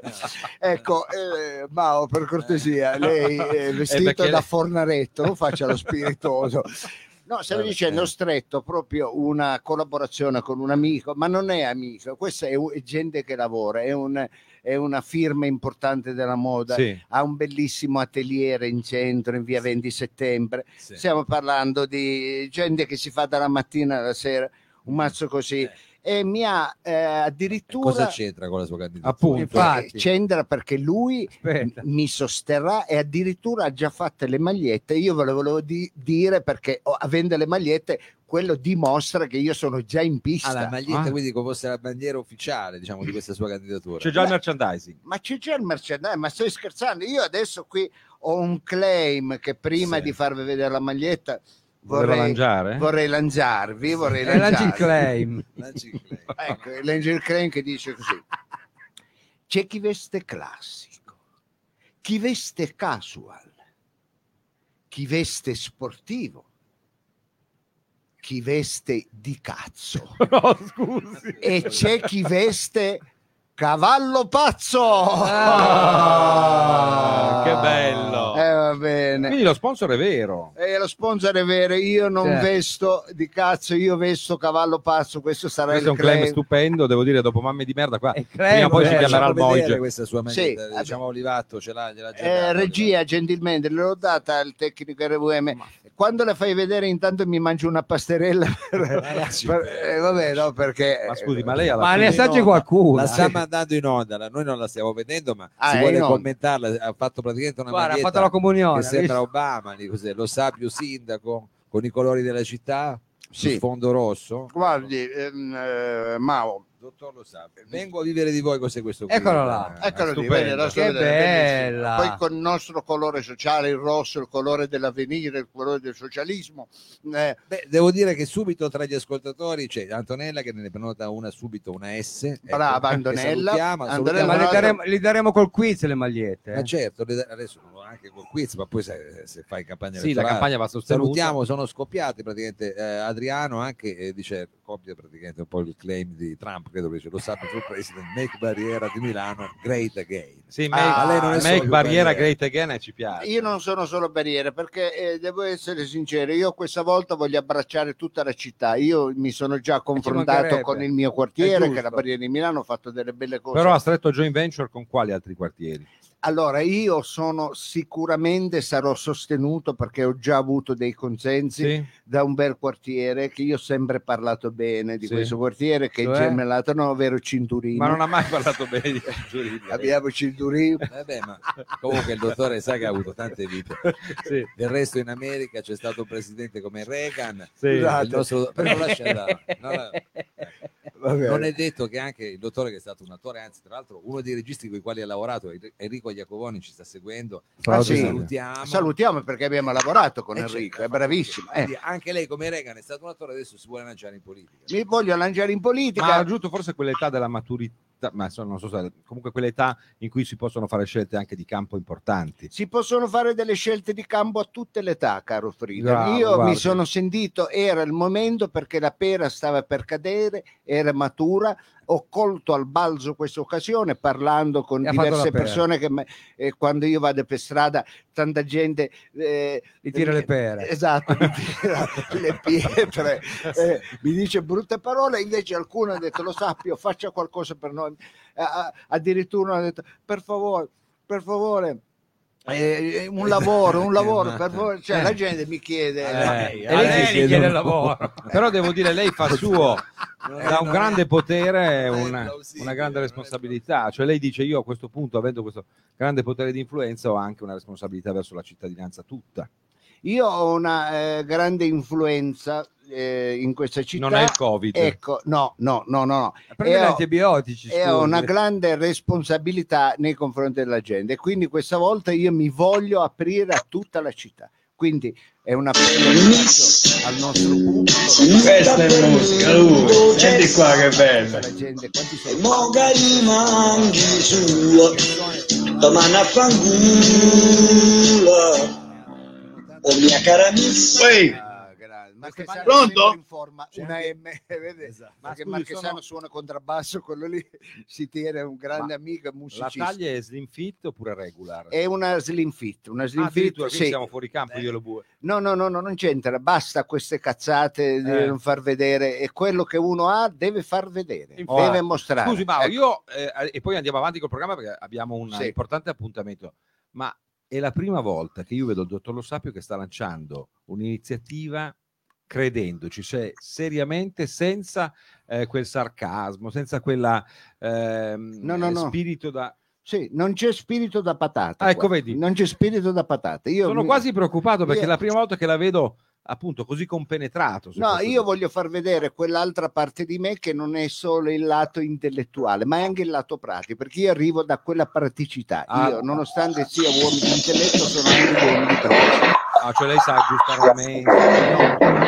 Ecco, eh, Mao, per cortesia, lei è vestito perché da lei- fornaretto, non faccia lo spiritoso. No, stavo Vabbè, dicendo, ho eh. stretto proprio una collaborazione con un amico, ma non è amico, questa è, è gente che lavora, è, un, è una firma importante della moda, Sì. ha un bellissimo atelier in centro, in via venti settembre. Sì. Stiamo parlando di gente che si fa dalla mattina alla sera, un mazzo così, e mi ha eh, addirittura... Cosa c'entra con la sua candidatura? Appunto. Infatti. C'entra perché lui Aspetta. mi sosterrà e addirittura ha già fatte le magliette. Io ve lo volevo di- dire perché oh, avendo le magliette quello dimostra che io sono già in pista. Ah, la maglietta, Ah. quindi come fosse la bandiera ufficiale, diciamo, di questa sua candidatura. C'è già il merchandising. Ma c'è già il merchandising, ma stai scherzando? Io adesso qui ho un claim che prima Sì. di farvi vedere la maglietta Voleva vorrei, lanciare? vorrei lanciarvi, vorrei E lanci il lanciarvi. claim. Lanci il claim. Ecco, legge il claim che dice così. C'è chi veste classico, chi veste casual, chi veste sportivo, chi veste di cazzo No, scusi. e c'è chi veste cavallo pazzo. Ah, che bello. Eh, va bene. Quindi lo sponsor è vero. E lo sponsor è vero, io non Certo. vesto di cazzo, io vesto cavallo pazzo, questo sarà Questo è il un claim claim. stupendo, devo dire, dopo mamme di merda qua. E Prima claim, o poi si eh, chiamerà il Facciamo vedere Moige. questa sua Sì, maglietta, vabbè. diciamo Olivato ce l'ha, gliel'ha già Eh, data, regia gentilmente l'ho data al tecnico R V M. Quando la fai vedere intanto mi mangio una pasterella per- Ragazzi, per- eh, vabbè, no, perché Ma scusi, ma lei alla Ma fine... ne assaggi no, qualcuno. la sta mandando in onda, la- noi non la stiamo vedendo, ma Ah, si è vuole in onda. commentarla, ha fatto praticamente una Guarda, ha maglietta fatto la comunione. che ha sembra visto? Obama, lì, cos'è, lo sabbio sindaco con i colori della città su Sì. sfondo rosso. guardi, ehm, eh, Mao, Dottor Lo Sapio, vengo a vivere di voi, cos'è questo qui? Eccolo là. Eh, eccolo lì, stupendo. vedi, la sto Che vedendo, bellissimo. bella. Poi con il nostro colore sociale, il rosso, il colore dell'avvenire, il colore del socialismo. Eh, Beh, devo dire che subito tra gli ascoltatori c'è Antonella che ne prenota una subito, una S. ecco, Brava, che Antonella. salutiamo, Antonella, Ma salutiamo- le daremo, li daremo col quiz le magliette. Ma eh. certo, le- adesso anche col quiz, ma poi se, se fai campagna Sì, la elettorale. campagna va sostenuta. Salutiamo, sono scoppiati praticamente eh, Adriano anche eh, dice copia praticamente un po' il claim di Trump, credo che ce lo sappia il presidente, make Barriera di Milano great again. Sì, make, ah, lei non è make solo Barriera Barriera. great again e ci piace. Io non sono solo barriere, perché eh, devo essere sincero, io questa volta voglio abbracciare tutta la città. Io mi sono già confrontato mancherebbe. con il mio È quartiere, giusto. che è la Barriera di Milano, ho fatto delle belle cose. Però ha stretto joint venture con quali altri quartieri? Allora, io sono sicuramente sarò sostenuto, perché ho già avuto dei consensi Sì? da un bel quartiere, che io ho sempre parlato bene di Sì. questo quartiere, che Cioè? è gemellato, no, ovvero Cinturino. Ma non ha mai parlato bene di Cinturino. Abbiamo Cinturino. Vabbè, ma comunque il dottore sa che ha avuto tante vite. Sì. Del resto in America c'è stato un presidente come Reagan. Sì. Esatto. Il nostro... Però lascia andare. No, no. Va bene. Non è detto che anche il dottore, che è stato un attore, anzi tra l'altro uno dei registi con i quali ha lavorato, Enrico Iacovoni, ci sta seguendo. Ah, Lo sì. salutiamo. Salutiamo, perché abbiamo lavorato con Eh, Enrico, certo. è bravissimo. Eh. Quindi anche lei come Reagan è stato un attore, adesso si vuole lanciare in politica. Mi voglio lanciare in politica. Ma ha raggiunto forse quell'età della maturità, ma insomma, non so se comunque quell'età in cui si possono fare scelte anche di campo importanti. Si possono fare delle scelte di campo a tutte le età, caro Frida. Bravo, Io guardi. mi sono sentito, era il momento, perché la pera stava per cadere, era matura. Ho colto al balzo questa occasione, parlando con E ha fatto diverse la pera. persone che me- eh, quando io vado per strada, tanta gente eh, Gli tira le pere. Esatto, mi tira le pietre, eh, mi dice brutte parole, invece alcuno ha detto: lo sappio, faccia qualcosa per noi. Eh, eh, addirittura hanno detto: per favore, per favore. Eh, un lavoro, un lavoro, per favore. Cioè, Eh. la gente mi chiede, Eh, E lei sì, gli sì, chiede no. il lavoro. Però devo dire, lei fa suo da un grande potere non è una, plausibile, una grande non è responsabilità. Cioè lei dice: io a questo punto, avendo questo grande potere di influenza, ho anche una responsabilità verso la cittadinanza tutta. io ho una eh, grande influenza eh, in questa città. Non è il Covid. Ecco, no, no, no, no, no. Prende E gli ho- antibiotici. e ho scusi. una grande responsabilità nei confronti della gente, e quindi questa volta io mi voglio aprire a tutta la città. Quindi è un appello che faccio al nostro pubblico. Questa è musica, lui. Senti qua che bella. La gente, quanti sono? Mogari mangi su, domani a fanculo. Oh mia cara miss. Ehi, Ah, grazie. Marchesano Pronto? sempre in forma, una M, vede? Esatto. Ma Perché scusi, Marchesano sono- suona contrabbasso, quello lì si tiene un grande Ma amico e La musicista. taglia è slim fit oppure regular? È una slim fit, una slim Ah, fit, addirittura, quindi sì. siamo fuori campo, io e lo bue. No, no, no, no, non c'entra, basta queste cazzate di Eh. non far vedere, e quello che uno ha deve far vedere, Infatti. deve mostrare. Scusi Mauro, Ecco. io eh, e poi andiamo avanti col programma perché abbiamo un Sì. importante appuntamento, ma è la prima volta che io vedo il dottor Lo Sapio che sta lanciando un'iniziativa credendoci, cioè seriamente, senza eh, quel sarcasmo, senza quella ehm, No, no, no. spirito da... Sì, non c'è spirito da patata. Ah, ecco, qua. vedi. Non c'è spirito da patata. Io Sono mi- quasi preoccupato perché io- è la prima volta che la vedo appunto così compenetrato. su No, questo- io voglio far vedere quell'altra parte di me, che non è solo il lato intellettuale, ma è anche il lato pratico, perché io arrivo da quella praticità. Ah. Io, nonostante sia uomo di intelletto, sono anche uomo di pratica. Ah, cioè lei sa aggiustare la mente.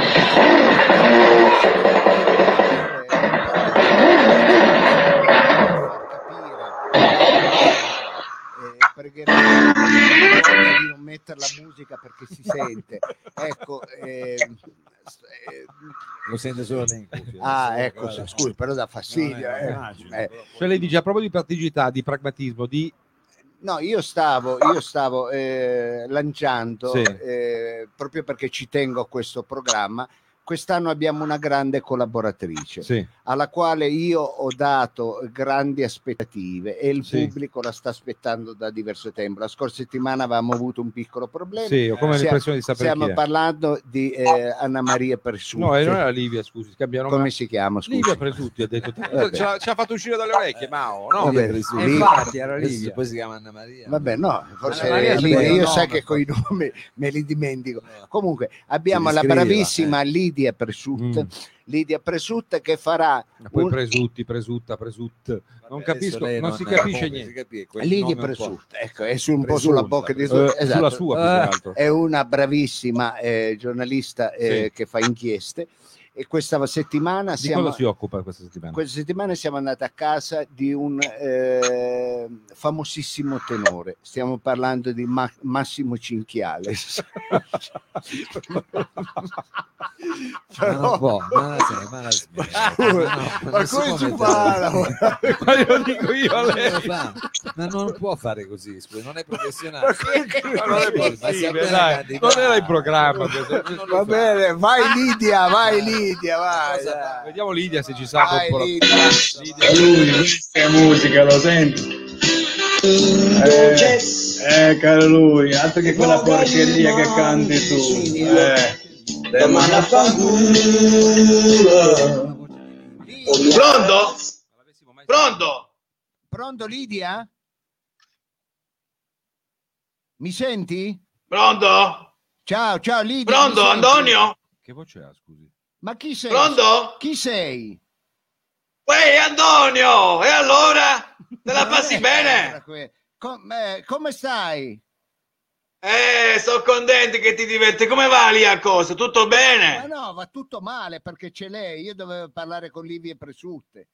Pregherei di non mettere la musica perché si sente. Ecco, ehm, eh, Lo sente solo lei in cuffia. ah, ecco, Guarda. scusi, però dà fastidio. No, eh, eh. immagino. Eh. Cioè lei dice proprio di praticità, di pragmatismo, di... No, io stavo, io stavo eh, lanciando, Sì. eh, proprio perché ci tengo a questo programma. Quest'anno abbiamo una grande collaboratrice, Sì. alla quale io ho dato grandi aspettative, e il Sì. pubblico la sta aspettando da diverso tempo. La scorsa settimana avevamo avuto un piccolo problema. Sì, ho come Stiamo- l'impressione di sapere Stiamo chi è. parlando di eh, Anna Maria Persutti. No, e non era Livia, scusi, scambiano Come si chiama? Scusi. Livia Presutti ha detto. Vabbè. Ce l'ha, ce l'ha fatto uscire dalle orecchie, Mao, no? Vabbè, Presutti. E lì- infatti era Adesso Livia. poi si chiama Anna Maria. Vabbè, no, forse Anna Maria eh, c'è lì- quel io nome, sai che poi. coi nomi me li dimentico. Comunque abbiamo Si la riscriveva, bravissima eh. Lidia Presutta, Mm. Lidia Presutta, che farà Ma poi un- Presutti, Presutta, Presut. Non Vabbè, capisco, adesso lei non si capisce comunque niente. si capisce, quel Lidia nome un po'. Presutta, ecco, è su un po' Presunta, sulla bocca di Eh, tutti. Esatto. Sulla sua, più che altro. È una bravissima eh, giornalista eh, Sì. che fa inchieste, e questa settimana Di siamo, cosa si occupa questa settimana? questa settimana siamo andati a casa di un eh, famosissimo tenore. Stiamo parlando di Ma- Massimo Cinchiale. Ma non può, ma Ma, sei, ma, la smetta. Scusa, Ma no, ma non si come può si mettere- fa? Ma glielo dico io a Non lei. lo fa. Ma non può fare così, scusa, non è professionale. Ma che- Ma non è Ma si è possibile, appena dai. candidato. Non era in programma questo. Ma non lo Va fa. bene, vai Lidia, vai Lidia, vai. Cosa dai. fa? Vediamo Lidia se ci sa Vai, un po'. Lidia. Lidia. Lui, questa è musica, lo senti? Eh, eh, caro lui, altro che quella porcheria che canti tu. Eh, te manda a fanculo. Pronto? Pronto? Pronto Lidia? Mi senti? Pronto? Ciao, ciao Lidia. Pronto, mi senti? Antonio? Che voce ha, scusi? Ma chi sei? Pronto? Chi sei? Uè, Antonio! E allora? Te la Non passi è bene? Sandra que- Com- eh, come stai? Eh, sono contento che ti diverti. Come va lì a cosa? Tutto Ma bene? no, va tutto male perché c'è lei. Io dovevo parlare con Livia Presutte.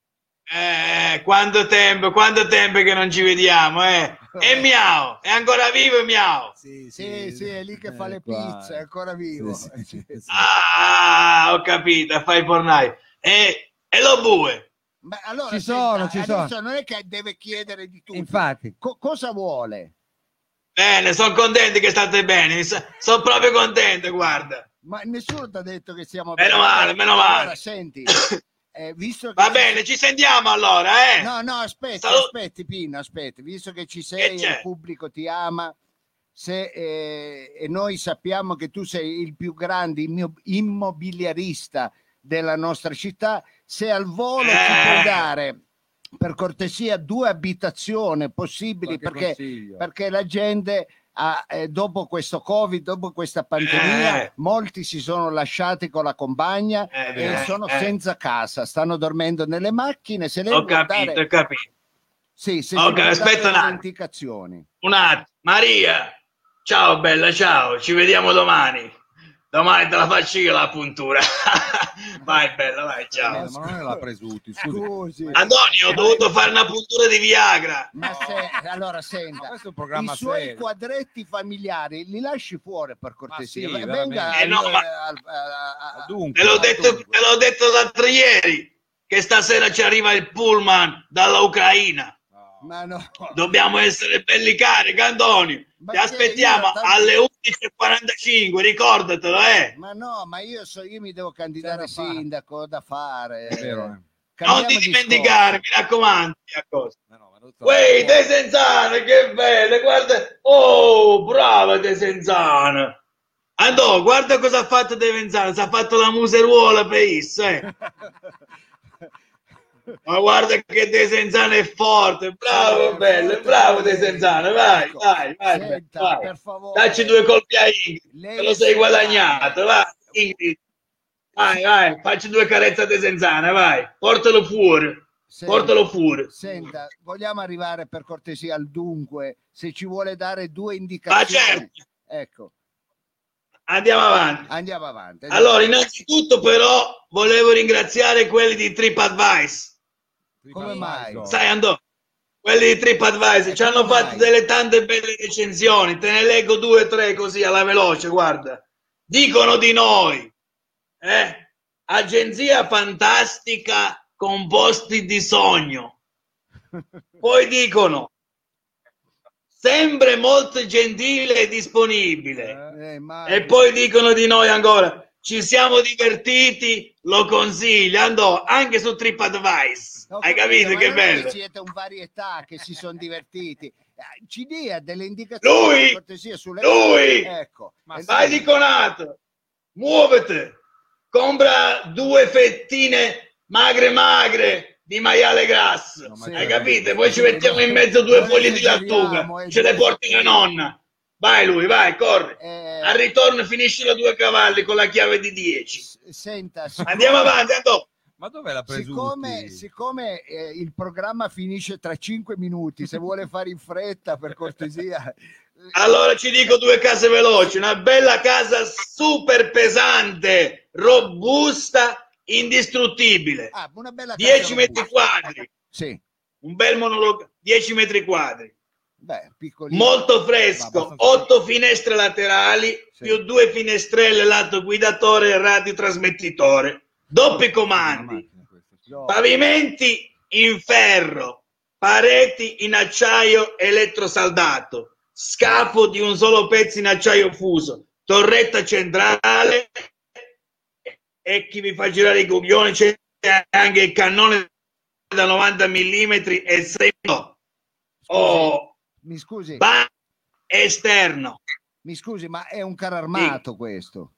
Eh, quanto tempo, quanto tempo che non ci vediamo, eh? E Miao, è ancora vivo Miao? Sì, sì, è lì che fa Eh, le qua. pizze, è ancora vivo. Sì, sì, sì. Ah, ho capito, fai fornai. E, e lo bue? Ma allora, Ci senta, sono, ci adesso sono. non è che deve chiedere di tutto. Infatti. Co- cosa vuole? Bene, sono contento che state bene, sono proprio contento, guarda. Ma nessuno ti ha detto che siamo Meno male, meno male. Allora, senti, eh, visto che Va ci- bene, ci sentiamo allora, eh? No, no, aspetti, Salut- aspetti, Pino, aspetti, visto che ci Che sei, c'è? il pubblico ti ama, se, eh, e noi sappiamo che tu sei il più grande immo- immobiliarista della nostra città, se al volo ci Eh. puoi dare per cortesia due abitazioni possibili, Qualche perché, consiglio. perché la gente ha, eh, dopo questo Covid, dopo questa pandemia, Eh. molti si sono lasciati con la compagna Eh, e eh, sono eh. senza casa, stanno dormendo nelle macchine. Se lei Ho vuol capito, dare- ho capito. sì, se Ok, ci vuol dare aspetta un delle attimo. indicazioni. Un attimo, Maria, ciao bella, ciao, ci vediamo domani. Domani te la faccio io la puntura. Vai bella, vai, ciao. Eh, ma non è la Presutti, scusi. Scusi. Antonio, ho dovuto fare una puntura di Viagra. Ma se, allora Ma senta, questo è un i programma suoi serio. quadretti familiari li lasci fuori per cortesia. sì, Venga veramente. al- Eh, no, ma- al- al- al- Dunque, Te l'ho detto, dunque. te l'ho detto l'altro ieri, che stasera ci arriva il pullman dalla Ucraina. No. ma no. Dobbiamo essere belli carichi, Antonio. Ma Ti che aspettiamo io tanto- alle undici e quarantacinque, ricordatelo, eh. Ma no, ma io so, io mi devo candidare C'è da fare. sindaco, da fare. È vero, eh. Non Cambiamo ti discorso. dimenticare, mi raccomando. a cosa. Ma no, ma non- Uè, De Senzano, che bello, guarda. Oh, brava De Senzano. Andò, guarda cosa ha fatto De Senzano, si ha fatto la museruola per isso, eh. Ma guarda che De Senzano è forte, bravo, Sì, bello, forte bravo come De lei. Senzano, vai, Ecco, vai, vai, senta, vai. per favore. Dacci due colpi a Ingrid, Lei te lo è sei Senzano. guadagnato, vai, Ingrid. Vai, vai, facci due carezze a De Senzano, vai, portalo fuori, Senta, portalo fuori. Senta, vogliamo arrivare per cortesia al dunque, se ci vuole dare due Ma indicazioni. certo, Ecco, andiamo avanti. andiamo avanti. andiamo Allora, avanti. innanzitutto però volevo ringraziare quelli di TripAdvice. Come mai? Sai, Andò, quelli di TripAdvisor E ci hanno come fatto mai? delle tante belle recensioni, te ne leggo due o tre così alla veloce, guarda. Dicono di noi, eh? Agenzia fantastica con posti di sogno. Poi dicono, sempre molto gentile e disponibile. Eh, ma- E poi dicono di noi ancora, ci siamo divertiti, lo consiglio, andò anche su TripAdvice. Ho Hai capito, capito ma che non è bello? siete un varietà che si sono divertiti. Eh, Ci dia delle indicazioni Lui! per cortesia sulle Lui! Ecco. Ma Eh, Vai di conato, muovete, compra due fettine magre magre di maiale grasso. No, ma Sì. Hai capito? Poi ci mettiamo in mezzo due Noi foglie di esageriamo, lattuga, eh, ce le due porti la fettine. nonna. Vai lui, vai, corri. Eh, Al ritorno finisci da due cavalli con la chiave di dieci. s- Senta, siccome- Andiamo avanti, andò. Ma dov'è la Presutti? Siccome, siccome eh, il programma finisce tra cinque minuti, se vuole fare in fretta per cortesia. Allora ci dico due case veloci, una bella casa super pesante, robusta, indistruttibile, Ah, una bella casa dieci metri robusta. quadri, Sì, un bel monologo, dieci metri quadri, beh, piccolino. molto Ma fresco, abbastanza otto finestre laterali, Sì. più due finestrelle lato guidatore e radiotrasmettitore. doppi comandi, pavimenti in ferro, pareti in acciaio elettrosaldato, scafo di un solo pezzo in acciaio fuso, torretta centrale, e chi mi fa girare i coglioni, c'è anche il cannone da novanta millimetri e sei oh, mi scusi, ba- esterno. Mi scusi, ma è un carro armato, sì, questo?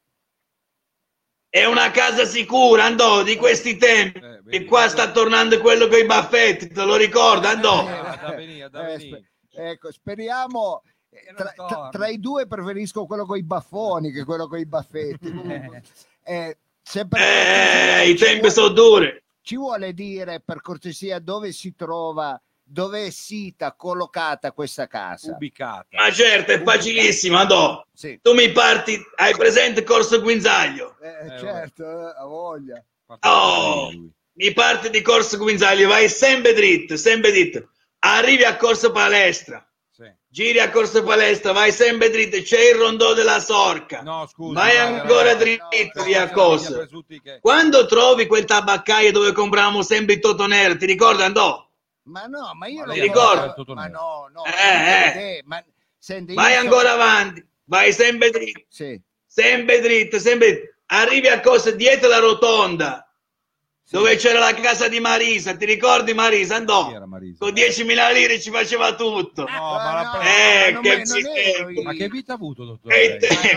È una casa sicura, andò, di questi tempi. Eh, e qua sta tornando quello con i baffetti, te lo ricordo, andò. Eh, eh, sper- ecco, speriamo. Tra, tra, tra i due preferisco quello con i baffoni che quello con i baffetti. eh, se per eh, I tempi vuole, sono duri. Ci vuole dire, per cortesia, dove si trova, dove è sita, collocata questa casa? Ubicata. Ma certo, è facilissimo, andò. Sì. Tu mi parti, hai presente Corso Guinzaglio? Eh, eh certo, eh, a voglia. Oh, mi parti di Corso Guinzaglio, vai sempre dritto, sempre dritto. Arrivi a Corso Palestra. Sì. Giri a Corso Palestra, vai sempre dritto, c'è il rondò della Sorca. No, scusa, vai ancora dritto, no, via no, Corso. Che... Quando trovi quel tabaccaio dove compravamo sempre il Totonero, ti ricordi, andò? Ma no, ma io ma lo ricordo. Ma no, no. Eh, eh. Ma, senti, vai so... ancora avanti, vai sempre dritto. Sì. Sempre dritto, sempre dritto. Arrivi a Corso dietro la rotonda. Sì. Dove c'era la casa di Marisa, ti ricordi Marisa? Andò, Marisa? Con diecimila lire ci faceva tutto. No, ma, no, eh, ma, che non ma che vita ha avuto, dottore?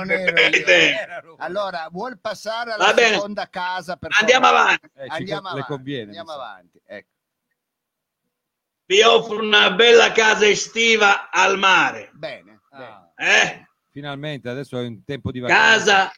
Allora, vuol passare alla seconda casa? Per andiamo favore. avanti. Eh, andiamo le avanti. Conviene, andiamo avanti. Ecco. Vi offro una bella casa estiva al mare. Bene. Ah. Eh? Finalmente, adesso è un tempo di vacanza. Casa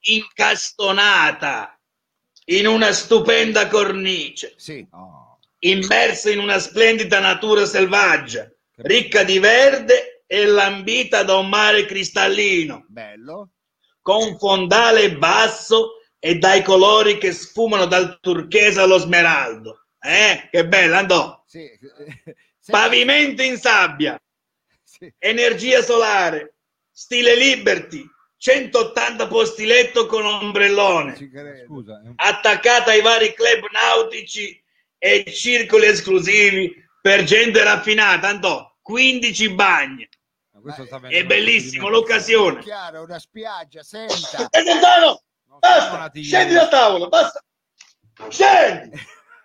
incastonata in una stupenda cornice, sì. Oh. immersa in una splendida natura selvaggia, ricca di verde e lambita da un mare cristallino. Bello. Con fondale basso e dai colori che sfumano dal turchese allo smeraldo. Eh? Che bello, andò. Sì. Pavimento in sabbia, sì. Energia solare, stile Liberty, centottanta posti letto con ombrellone, scusa, un... attaccata ai vari club nautici e circoli esclusivi per gente raffinata, andò, quindici bagni. È bellissimo l'occasione. Chiaro, una spiaggia, senta. Presentano, basta, scendi da tavola, basta, scendi.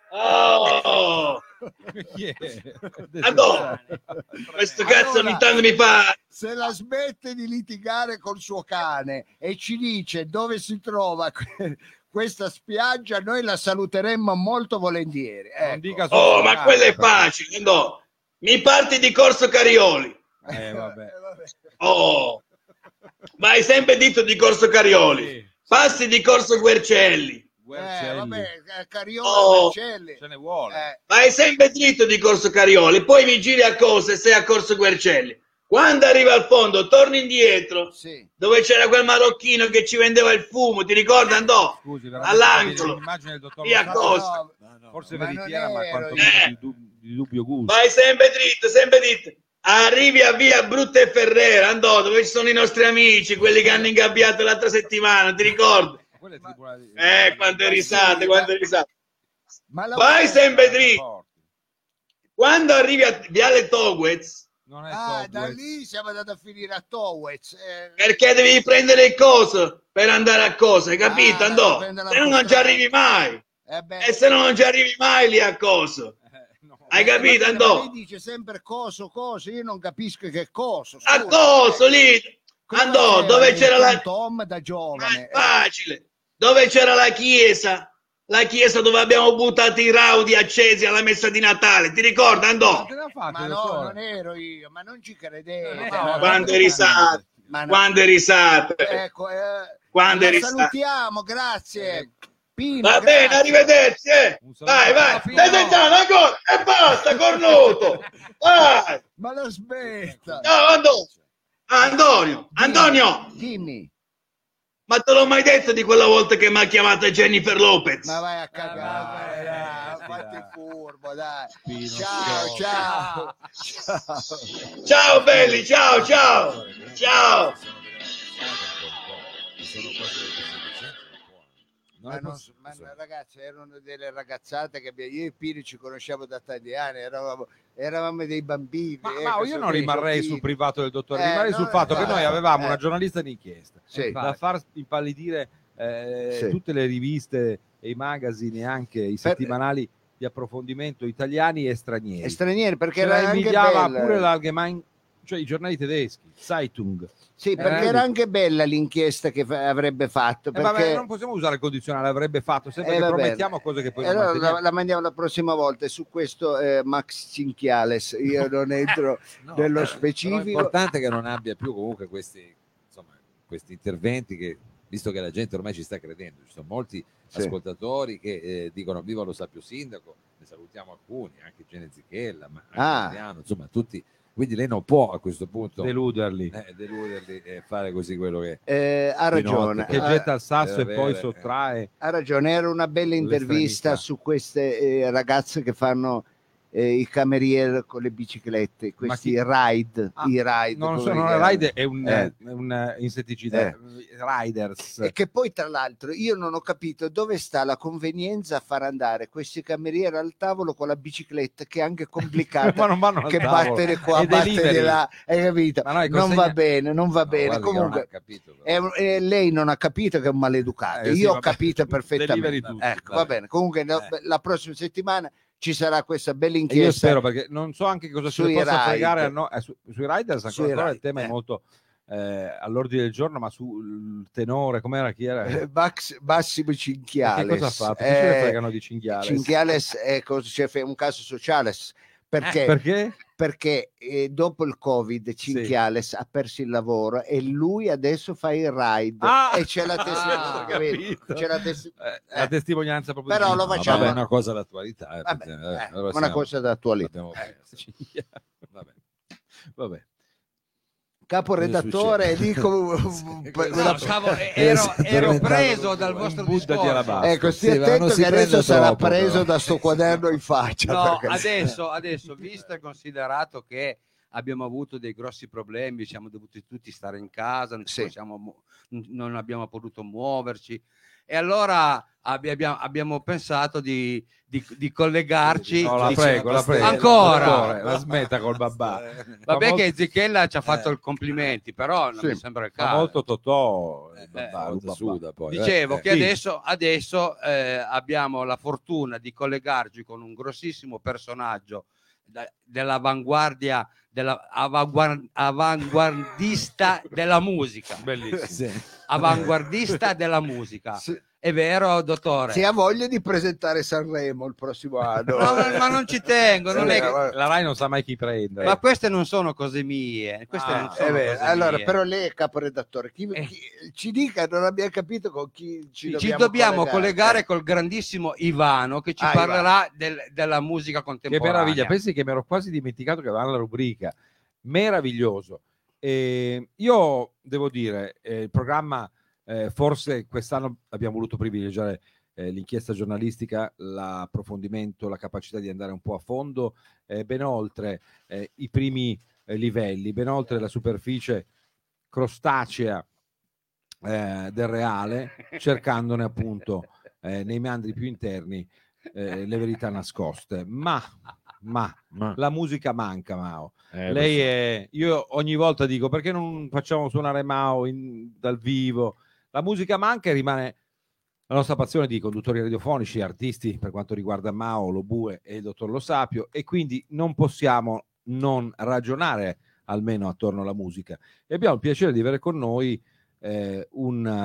Oh. Andò. Questo cazzo allora, ogni tanto mi fa. Se la smette di litigare col suo cane e ci dice dove si trova questa spiaggia, noi la saluteremmo molto volentieri. Ecco. Oh, ma quello è facile. No. Mi parti di Corso Carioli. Eh, vabbè. Oh, vai sempre dito di Corso Carioli. Passi di Corso Guercelli. Eh, vabbè, Carioli, oh, Guercelli. Ce ne vuole. Eh. Vai sempre dritto di Corso Carioli, poi mi giri a cosa e sei a Corso Guercelli. Quando arriva al fondo, torni indietro, sì. Dove c'era quel marocchino che ci vendeva il fumo, ti ricordi? Andò Scusi, all'angolo. Via cosa. No, no, forse veritiera, ma quanto eh. di, dub- di dubbio gusto. Vai sempre dritto, sempre dritto. Arrivi a via Brutta e Ferrera, andò, dove ci sono i nostri amici, quelli che hanno ingabbiato l'altra settimana, ti ricordi? Eh, quante risate, quante risate. Ma la... Vai sempre dritto. Quando arrivi a Viale Togwez, non è ah, Togwez. Da lì siamo andati a finire a Togwez. Eh... Perché devi prendere il coso per andare a cosa, hai capito? Ah, andò. Se no non ci arrivi mai. Eh beh, e se no non ci arrivi mai lì a coso. Eh, no. Hai capito? Andò. Lei dice sempre coso, coso, io non capisco che coso. Scusa. A coso lì. Come andò, dove c'era la Tom da giovane. È facile. Dove c'era la chiesa, la chiesa dove abbiamo buttato i raudi accesi alla messa di Natale, ti ricordi? Andò. Ma, ma no, non ero io, ma non ci credevo. No, no, quante risate, no. quante risate. Ecco, eh, quante risate. Salutiamo, grazie. Pino, Va grazie. bene, arrivederci. Eh. Vai, vai, sentiamo ancora e basta, cornuto. Vai. Ma la smetta. Ciao, Antonio. Antonio, Antonio. Dimmi. Ma te l'ho mai detto di quella volta che mi ha chiamato Jennifer Lopez? Ma vai a cagare, ah, dai, fatti furbo, dai. Ciao, ciao, ciao. Ciao belli, ciao, ciao. Ciao. Ma, non, ma ragazzi, erano delle ragazzate che abbiamo, io e Pini ci conosciamo da tanti anni, eravamo, eravamo dei bambini. Ma, eh, ma io non rimarrei giochini. sul privato del dottore, Eh, rimarrei no, sul fatto no, che noi no, avevamo eh. una giornalista d'inchiesta Sì. da far impallidire eh, Sì. tutte le riviste e i magazine e anche i Per- settimanali di approfondimento italiani e stranieri. E stranieri, perché Ce la era anche invidiava bella. pure l'Allgemein, cioè i giornali tedeschi, Zeitung. Sì, perché Eh, era anche bella l'inchiesta che fa- avrebbe fatto. Eh, Perché... vabbè, non possiamo usare il condizionale, avrebbe fatto, sempre Eh, che va bene. promettiamo cose che poi E non allora manteniamo. la, la mandiamo la prossima volta. E su questo eh, Max Cinchiales, io non entro No, nello Però è specifico. importante che non abbia più comunque questi, insomma, questi interventi che, visto che la gente ormai ci sta credendo, ci sono molti Sì. ascoltatori che eh, dicono viva lo Sapio Sindaco, ne salutiamo alcuni, anche Gene Zichella, ma anche Ah. Adriano, insomma tutti, quindi lei non può a questo punto Deluderli. eh, deluderli e fare così quello che Eh, ha di ragione. notte Che ha, getta il sasso per e poi avere- sottrae. ha ragione, era una bella intervista L'estremità. su queste eh, ragazze che fanno eh, i camerieri con le biciclette, questi chi- ride, Ah, i ride. Non come sono li chiamano. ride, è un, Eh. è un insetticida. Eh. Riders. E che poi tra l'altro io non ho capito dove sta la convenienza a far andare questi camerieri al tavolo con la bicicletta, che è anche complicata, Ma non vanno al che tavolo. battere qua, È battere delivery. là, hai capito? Ma no, è Non consegna- va bene, non va No, bene. guardi che non Comunque ha capito, però. è un- eh, lei non ha capito che è un maleducato. Eh, sì, io ho vabbè. capito Delivery perfettamente. tutti, Ecco, va vabbè. bene. Comunque no, Eh. la prossima settimana ci sarà questa bella E io inchiesta. spero, perché non so anche cosa se ne Sui possa ride. fregare a no- eh, su- sui Riders ancora, Sui ancora il ride, tema eh. è molto eh, all'ordine del giorno, ma sul tenore, com'era, chi era? Eh, Max- Massimo E Cinchiales. che cosa ha fatto? Che ce ne Eh, fregano di Cinghiales? Cinghiales è cos- c'è fe- un caso sociale perché, Perché? perché eh, dopo il Covid Cinchiales ha perso il lavoro e lui adesso fa il ride Ah! e c'è la, tes- Ah, capito? capito. C'è la tes- Eh, la eh. testimonianza proprio Però di lo No, facciamo- vabbè, è una cosa d'attualità. eh, Vabbè, perché, eh, eh, allora una siamo- cosa d'attualità. l'abbiamo persa. Cinghiales. Vabbè. Vabbè. Caporedattore Cosa dico Sì, No, stavo- ero, ero preso dal vostro Buddha di discorso. Alabama. ecco, stia Sì, ma attento non si che adesso prende sarà troppo, preso però. da sto quaderno in faccia. No, perché- adesso, adesso, visto e considerato che abbiamo avuto dei grossi problemi, siamo dovuti tutti stare in casa, non, ci Sì. possiamo mu- non abbiamo potuto muoverci, e allora abbi- abbiamo, abbiamo pensato di, di- di collegarci. No, la Dice- prego, la prego. Ancora? Dottore, la smetta col babà. Vabbè, Fa molto- che Zichella ci ha fatto il complimenti, però non Sì. mi sembra il fa caso. molto Totò. il Eh, babà, Una il volta babà. suda poi, Dicevo eh, che Sì. adesso, adesso eh, abbiamo la fortuna di collegarci con un grossissimo personaggio da- dell'avanguardia, della avanguar- avanguardista della musica, Bellissimo. Sì. avanguardista della musica. Sì. È vero, dottore? Si ha voglia di presentare Sanremo il prossimo anno. No, ma, ma non ci tengo, non Eh, è che- vabbè. La Rai non sa mai chi prendere. ma queste non sono cose mie. Queste Ah, non Eh sono beh, cose allora, mie. però lei è caporedattore. Chi, Eh. chi- ci dica, non abbiamo capito con chi ci Sì, dobbiamo, ci dobbiamo collegare. collegare col grandissimo Ivano che ci Ah, parlerà del- della musica Che contemporanea. meraviglia, pensi che mi ero quasi dimenticato che avevamo la rubrica. Meraviglioso. E io devo dire, eh, il programma, eh, forse quest'anno abbiamo voluto privilegiare eh, l'inchiesta giornalistica, l'approfondimento, la capacità di andare un po' a fondo, eh, ben oltre eh, i primi eh, livelli, ben oltre la superficie crostacea eh, del reale, cercandone appunto eh, nei meandri più interni eh, le verità nascoste. Ma, ma Ma- la musica manca, Mao. eh, Lei lo so. è, io ogni volta dico perché non facciamo suonare Mao in- dal vivo. La musica manca e rimane la nostra passione di conduttori radiofonici, artisti per quanto riguarda Mao, Lo Bue e il dottor Lo Sapio, e quindi non possiamo non ragionare almeno attorno alla musica. E abbiamo il piacere di avere con noi eh, un